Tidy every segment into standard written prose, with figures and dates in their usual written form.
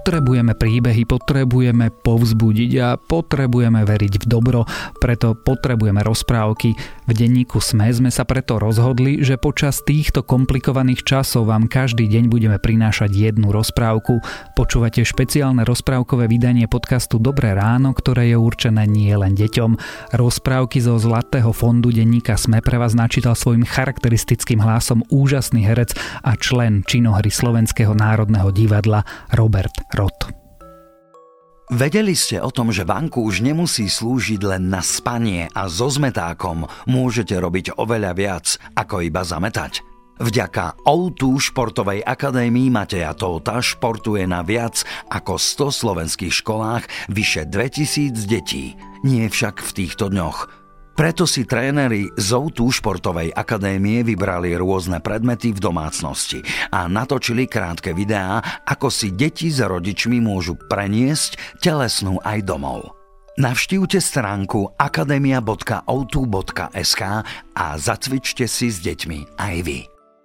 Potrebujeme príbehy, potrebujeme povzbudiť a potrebujeme veriť v dobro, preto potrebujeme rozprávky. V denníku SME sme sa preto rozhodli, že počas týchto komplikovaných časov vám každý deň budeme prinášať jednu rozprávku. Počúvate špeciálne rozprávkové vydanie podcastu Dobré ráno, ktoré je určené nie len deťom. Rozprávky zo Zlatého fondu denníka SME pre vás načítal svojim charakteristickým hlasom úžasný herec a člen činohry Slovenského národného divadla Robert Rott. Vedeli ste o tom, že vanku už nemusí slúžiť len na spanie a so zmetákom môžete robiť oveľa viac, ako iba zametať? Vďaka O2 športovej akadémii Mateja Tóta športuje na viac ako 100 slovenských školách vyše 2000 detí. Nie však v týchto dňoch. Preto si tréneri z O2 športovej akadémie vybrali rôzne predmety v domácnosti a natočili krátke videá, ako si deti s rodičmi môžu preniesť telesnú aj domov. Navštívte stránku akademia.o2.sk a zacvičte si s deťmi aj vy.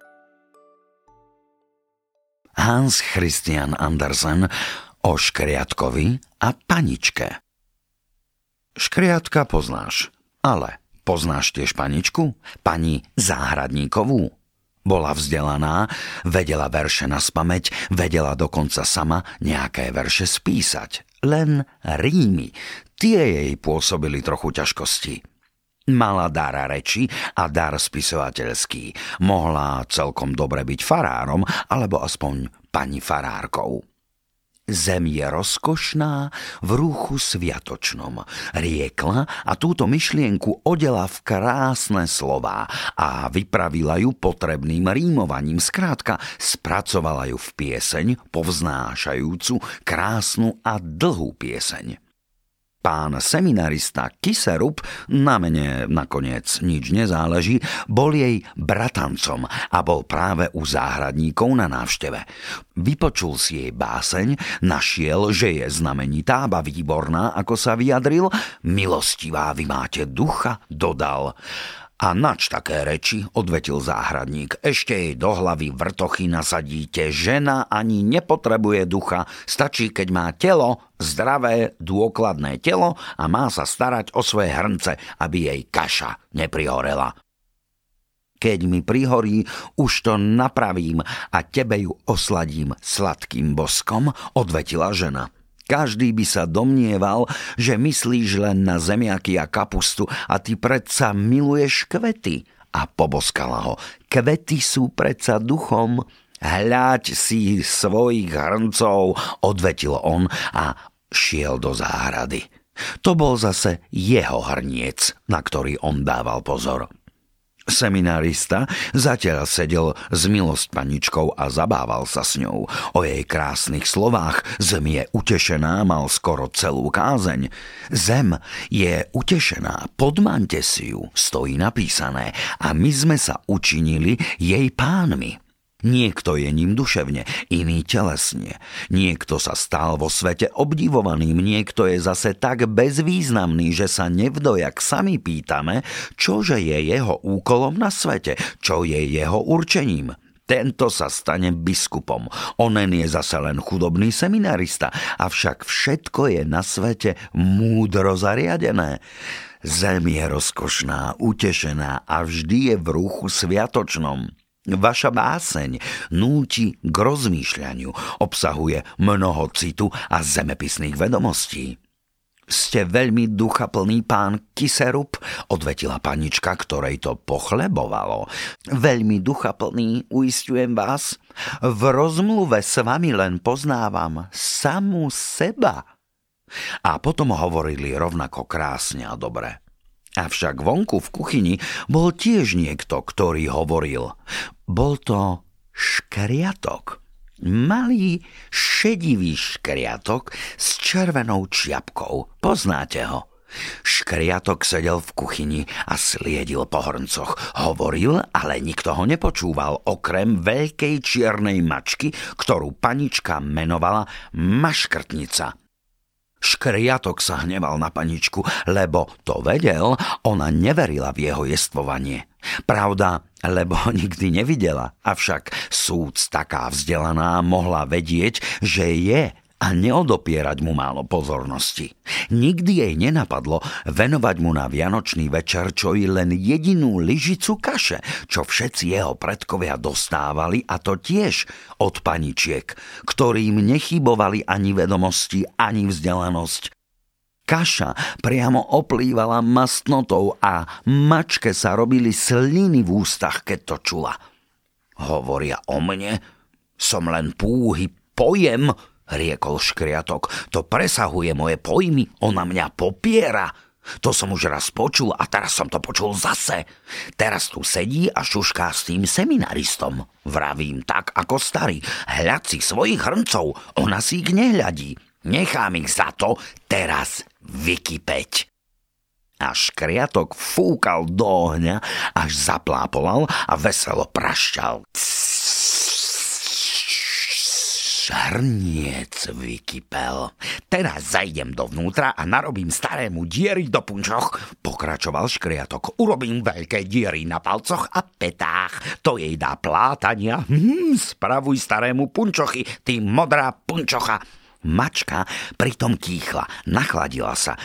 Hans Christian Andersen o škriatkovi a paničke. Škriatka poznáš. Ale poznáš tiež paničku? Pani Záhradníkovú? Bola vzdelaná, vedela verše naspamäť, vedela dokonca sama nejaké verše spísať. Len rímy, tie jej pôsobili trochu ťažkosti. Mala dar reči a dar spisovateľský. Mohla celkom dobre byť farárom, alebo aspoň pani farárkou. Zem je rozkošná v rúchu sviatočnom, riekla a túto myšlienku odela v krásne slová a vypravila ju potrebným rímovaním. Skrátka, spracovala ju v pieseň, povznášajúcu krásnu a dlhú pieseň. Pán seminarista Kiserup, na mene nakoniec nič nezáleží, bol jej bratancom a bol práve u záhradníkov na návšteve. Vypočul si jej báseň, našiel, že je znamenitá, ba výborná, ako sa vyjadril, milostivá, vy máte ducha, dodal. A nač také reči, odvetil záhradník, ešte jej do hlavy vrtochy nasadíte, žena ani nepotrebuje ducha, stačí, keď má telo, zdravé, dôkladné telo a má sa starať o svoje hrnce, aby jej kaša neprihorela. Keď mi prihorí, už to napravím a tebe ju osladím sladkým boskom, odvetila žena. Každý by sa domnieval, že myslíš len na zemiaky a kapustu a ty predsa miluješ kvety. A poboskala ho. Kvety sú predsa duchom. Hľaď si svojich hrncov, odvetil on a šiel do záhrady. To bol zase jeho hrniec, na ktorý on dával pozor. Seminarista zatiaľ sedel s milosť-paničkou a zabával sa s ňou. O jej krásnych slovách zem je utešená mal skoro celú kázeň. Zem je utešená, podmaňte si ju, stojí napísané a my sme sa učinili jej pánmi. Niekto je ním duševne, iný telesne. Niekto sa stal vo svete obdivovaným, niekto je zase tak bezvýznamný, že sa nevdojak sami pýtame, čože je jeho úkolom na svete, čo je jeho určením. Tento sa stane biskupom, onen je zase len chudobný seminarista, avšak všetko je na svete múdro zariadené. Zem je rozkošná, utešená a vždy je v ruchu sviatočnom. Vaša báseň núti k rozmýšľaniu, obsahuje mnoho citu a zemepisných vedomostí. Ste veľmi duchaplný pán Kiserup, odvetila panička, ktorej to pochlebovalo. Veľmi duchaplný, uisťujem vás. V rozmluve s vami len poznávam samú seba. A potom hovorili rovnako krásne a dobre. Avšak vonku v kuchyni bol tiež niekto, ktorý hovoril. Bol to škriatok. Malý, šedivý škriatok s červenou čiapkou. Poznáte ho? Škriatok sedel v kuchyni a sliedil po hrncoch. Hovoril, ale nikto ho nepočúval, okrem veľkej čiernej mačky, ktorú panička menovala Maškrtnica. Škriatok sa hneval na paničku, lebo to vedel, ona neverila v jeho jestvovanie. Pravda, lebo ho nikdy nevidela, avšak súc taká vzdelaná mohla vedieť, že je a neodopierať mu málo pozornosti. Nikdy jej nenapadlo venovať mu na vianočný večer čo i len jedinú lyžicu kaše, čo všetci jeho predkovia dostávali, a to tiež od paničiek, ktorým nechybovali ani vedomosti, ani vzdelanosť. Kaša priamo oplývala mastnotou a mačke sa robili sliny v ústach, keď to čula. Hovoria o mne? Som len púhy pojem, riekol Škriatok. To presahuje moje pojmy, ona mňa popiera. To som už raz počul a teraz som to počul zase. Teraz tu sedí a šušká s tým seminaristom. Vravím tak ako starý. Hľad si svojich hrncov, ona si ich nehľadí. Nechám ich za to teraz vykypeť. A Škriatok fúkal do ohňa, až zaplápolal a veselo prašťal. Hrniec vykypel. Teraz zajdem dovnútra a narobím starému diery do punčoch, pokračoval Škriatok. Urobím veľké diery na palcoch a petách. To jej dá plátania. Spravuj starému punčochy, ty modrá punčocha. Mačka pritom kýchla, nachladila sa,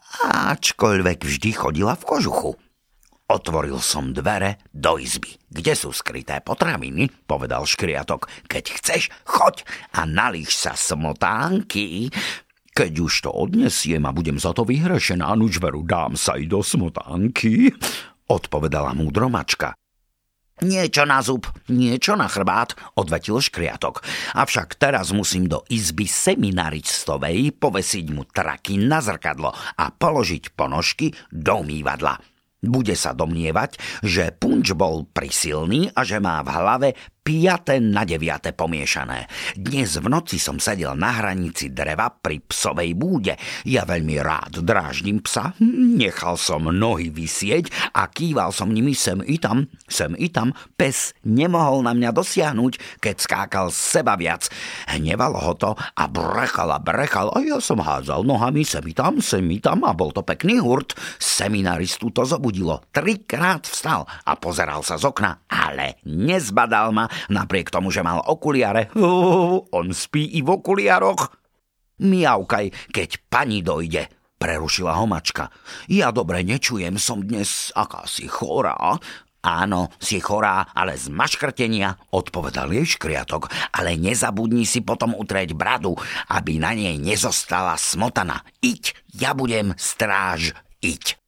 ačkoľvek vždy chodila v kožuchu. Otvoril som dvere do izby. Kde sú skryté potraviny? Povedal Škriatok. Keď chceš, choď a nalíš sa smotánky. Keď už to odnesiem a budem za to vyhrešená, nuž veru, dám sa i do smotánky, odpovedala múdro mačka. Niečo na zub, niečo na chrbát, odvetil Škriatok. Avšak teraz musím do izby seminaristovej povesiť mu traky na zrkadlo a položiť ponožky do umývadla. Bude sa domnievať, že punč bol prisilný a že má v hlave 5. na 9. pomiešané. Dnes v noci som sedel na hranici dreva pri psovej búde. Ja veľmi rád dráždim psa. Nechal som nohy visieť a kýval som nimi sem i tam, sem i tam. Pes nemohol na mňa dosiahnuť, keď skákal z seba viac. Hnevalo ho to a brechal a ja som hádzal nohami sem i tam a bol to pekný hurt. Seminaristu to zobudilo. 3-krát vstal a pozeral sa z okna, ale nezbadal ma, napriek tomu, že mal okuliare. On spí i v okuliaroch. Miaukaj, keď pani dojde, prerušila ho mačka. Ja dobre nečujem, som dnes akási chorá. Áno, si chorá, ale z maškrtenia, odpovedal jej Škriatok. Ale nezabudni si potom utrieť bradu, aby na nej nezostala smotana. Iď, ja budem stráž, iď.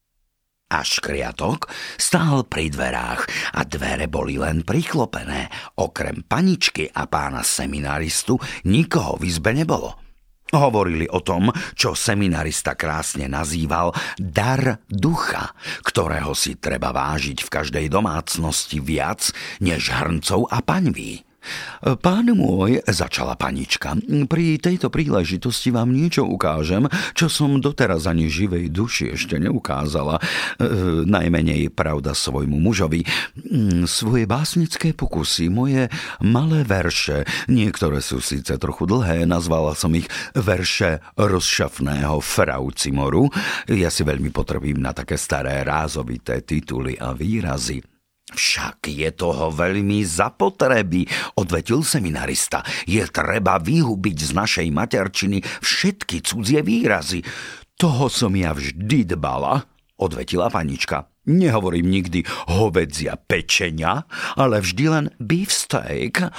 A Škriatok stál pri dverách a dvere boli len priklopené. Okrem paničky a pána seminaristu nikoho v izbe nebolo. Hovorili o tom, čo seminarista krásne nazýval dar ducha, ktorého si treba vážiť v každej domácnosti viac než hrncov a paňví. Pán môj, začala panička, pri tejto príležitosti vám niečo ukážem, čo som doteraz ani živej duši ešte neukázala, najmenej pravda svojmu mužovi. Svoje básnické pokusy, moje malé verše, niektoré sú síce trochu dlhé, nazvala som ich verše rozšafného Fraucimoru. Ja si veľmi potrebujem na také staré rázovité tituly a výrazy. Však je toho veľmi zapotreby, odvetil seminarista. Je treba vyhubiť z našej materčiny všetky cudzie výrazy. Toho som ja vždy dbala, odvetila panička. Nehovorím nikdy hovedzia pečenia, ale vždy len beefsteak.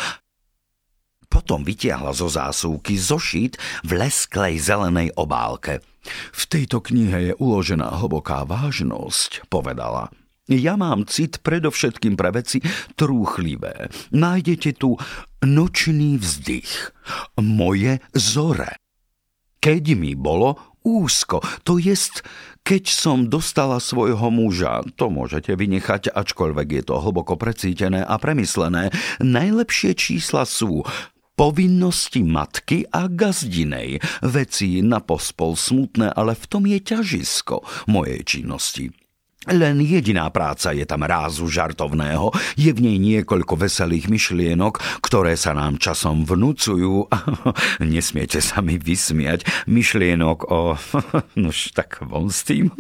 Potom vytiahla zo zásuvky zošit v lesklej zelenej obálke. V tejto knihe je uložená hlboká vážnosť, povedala. Ja mám cit predovšetkým pre veci trúchlivé. Nájdete tu nočný vzdych, moje zore. Keď mi bolo úzko, to jest, keď som dostala svojho muža, to môžete vynechať, ačkoľvek je to hlboko precítené a premyslené. Najlepšie čísla sú povinnosti matky a gazdinej. Veci na pospol smutné, ale v tom je ťažisko mojej činnosti. Len jediná práca je tam rázu žartovného, je v nej niekoľko veselých myšlienok, ktoré sa nám časom vnúcujú. Nesmiete sa mi vysmiať, myšlienok o... Nož tak von s tým.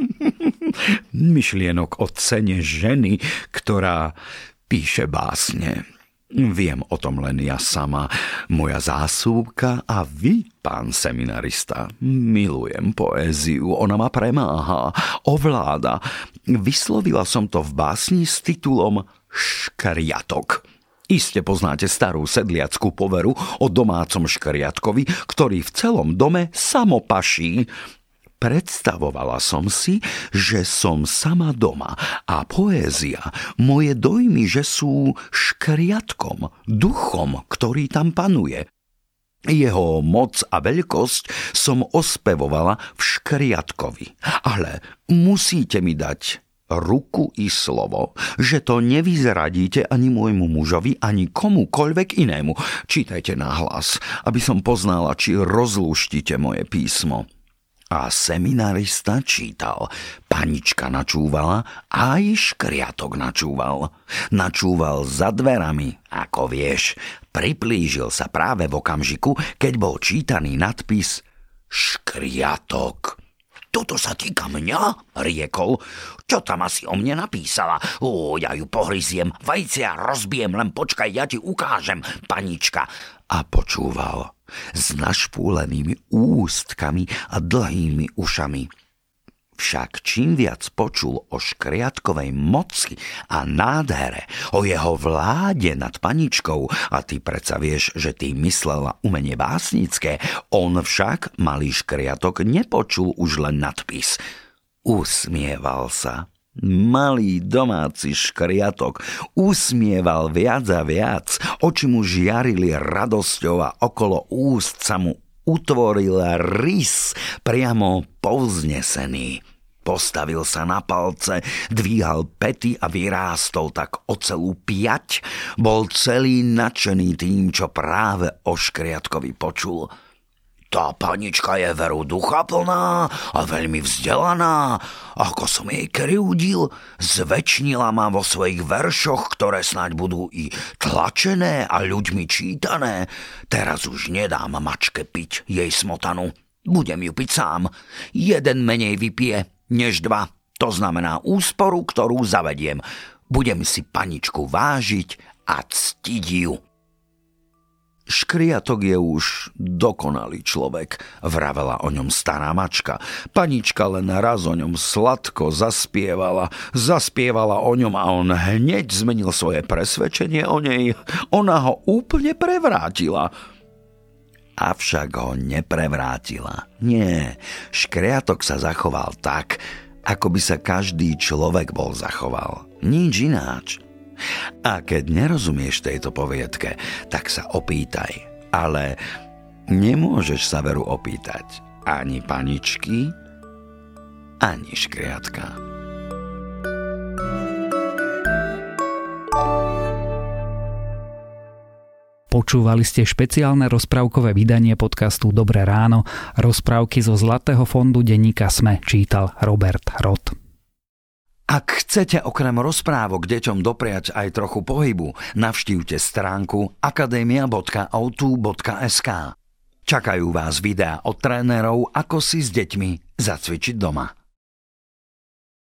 Myšlienok o cene ženy, ktorá píše básne. Viem o tom len ja sama, moja zásuvka a vy, pán seminarista. Milujem poéziu, ona ma premáha, ovláda. Vyslovila som to v básni s titulom Škriatok. Iste poznáte starú sedliackú poveru o domácom škriatkovi, ktorý v celom dome samopaší. Predstavovala som si, že som sama doma a poézia, moje dojmy, že sú škriatkom, duchom, ktorý tam panuje. Jeho moc a veľkosť som ospevovala v škriatkovi. Ale musíte mi dať ruku i slovo, že to nevyzradíte ani môjmu mužovi, ani komukoľvek inému. Čítajte nahlas, aby som poznala, či rozlúštíte moje písmo. A seminarista čítal. Panička načúvala, aj škriatok načúval. Načúval za dverami, ako vieš. Priplížil sa práve v okamžiku, keď bol čítaný nadpis Škriatok. Toto sa týka mňa, riekol. Čo tam asi o mne napísala? Ja ju pohryziem, vajcia rozbijem, len počkaj, ja ti ukážem, panička. A počúval s našpúlenými ústkami a dlhými ušami. Však čím viac počul o škriatkovej moci a nádhere, o jeho vláde nad paničkou, a ty predsa vieš, že ty myslela umenie básnické, on však, malý škriatok, nepočul už len nadpis. Usmieval sa. Malý domáci škriatok usmieval viac a viac, oči mu žiarili radosťou a okolo úst sa mu utvoril rys priamo povznesený. Postavil sa na palce, dvíhal päty a vyrástol tak o celú piať. Bol celý nadšený tým, čo práve o škriatkovi počul. Tá panička je veru ducha plná a veľmi vzdelaná. Ako som jej krivdil, zväčšnila ma vo svojich veršoch, ktoré snáď budú i tlačené a ľuďmi čítané. Teraz už nedám mačke piť jej smotanu. Budem ju piť sám. Jeden menej vypije, než dva. To znamená úsporu, ktorú zavediem. Budem si paničku vážiť a ctiť ju. Škriatok je už dokonalý človek, vravela o ňom stará mačka. Panička len raz o ňom sladko zaspievala o ňom a on hneď zmenil svoje presvedčenie o nej. Ona ho úplne prevrátila. Avšak ho neprevrátila. Nie, škriatok sa zachoval tak, ako by sa každý človek bol zachoval. Nič ináč. A keď nerozumieš tejto poviedke, tak sa opýtaj. Ale nemôžeš sa veru opýtať ani paničky, ani škriatka. Počúvali ste špeciálne rozprávkové vydanie podcastu Dobré ráno. Rozprávky zo Zlatého fondu denníka SME čítal Robert Rott. Ak chcete okrem rozprávok deťom dopriať aj trochu pohybu, navštívte stránku akademia.autu.sk. Čakajú vás videá od trénerov, ako si s deťmi zacvičiť doma.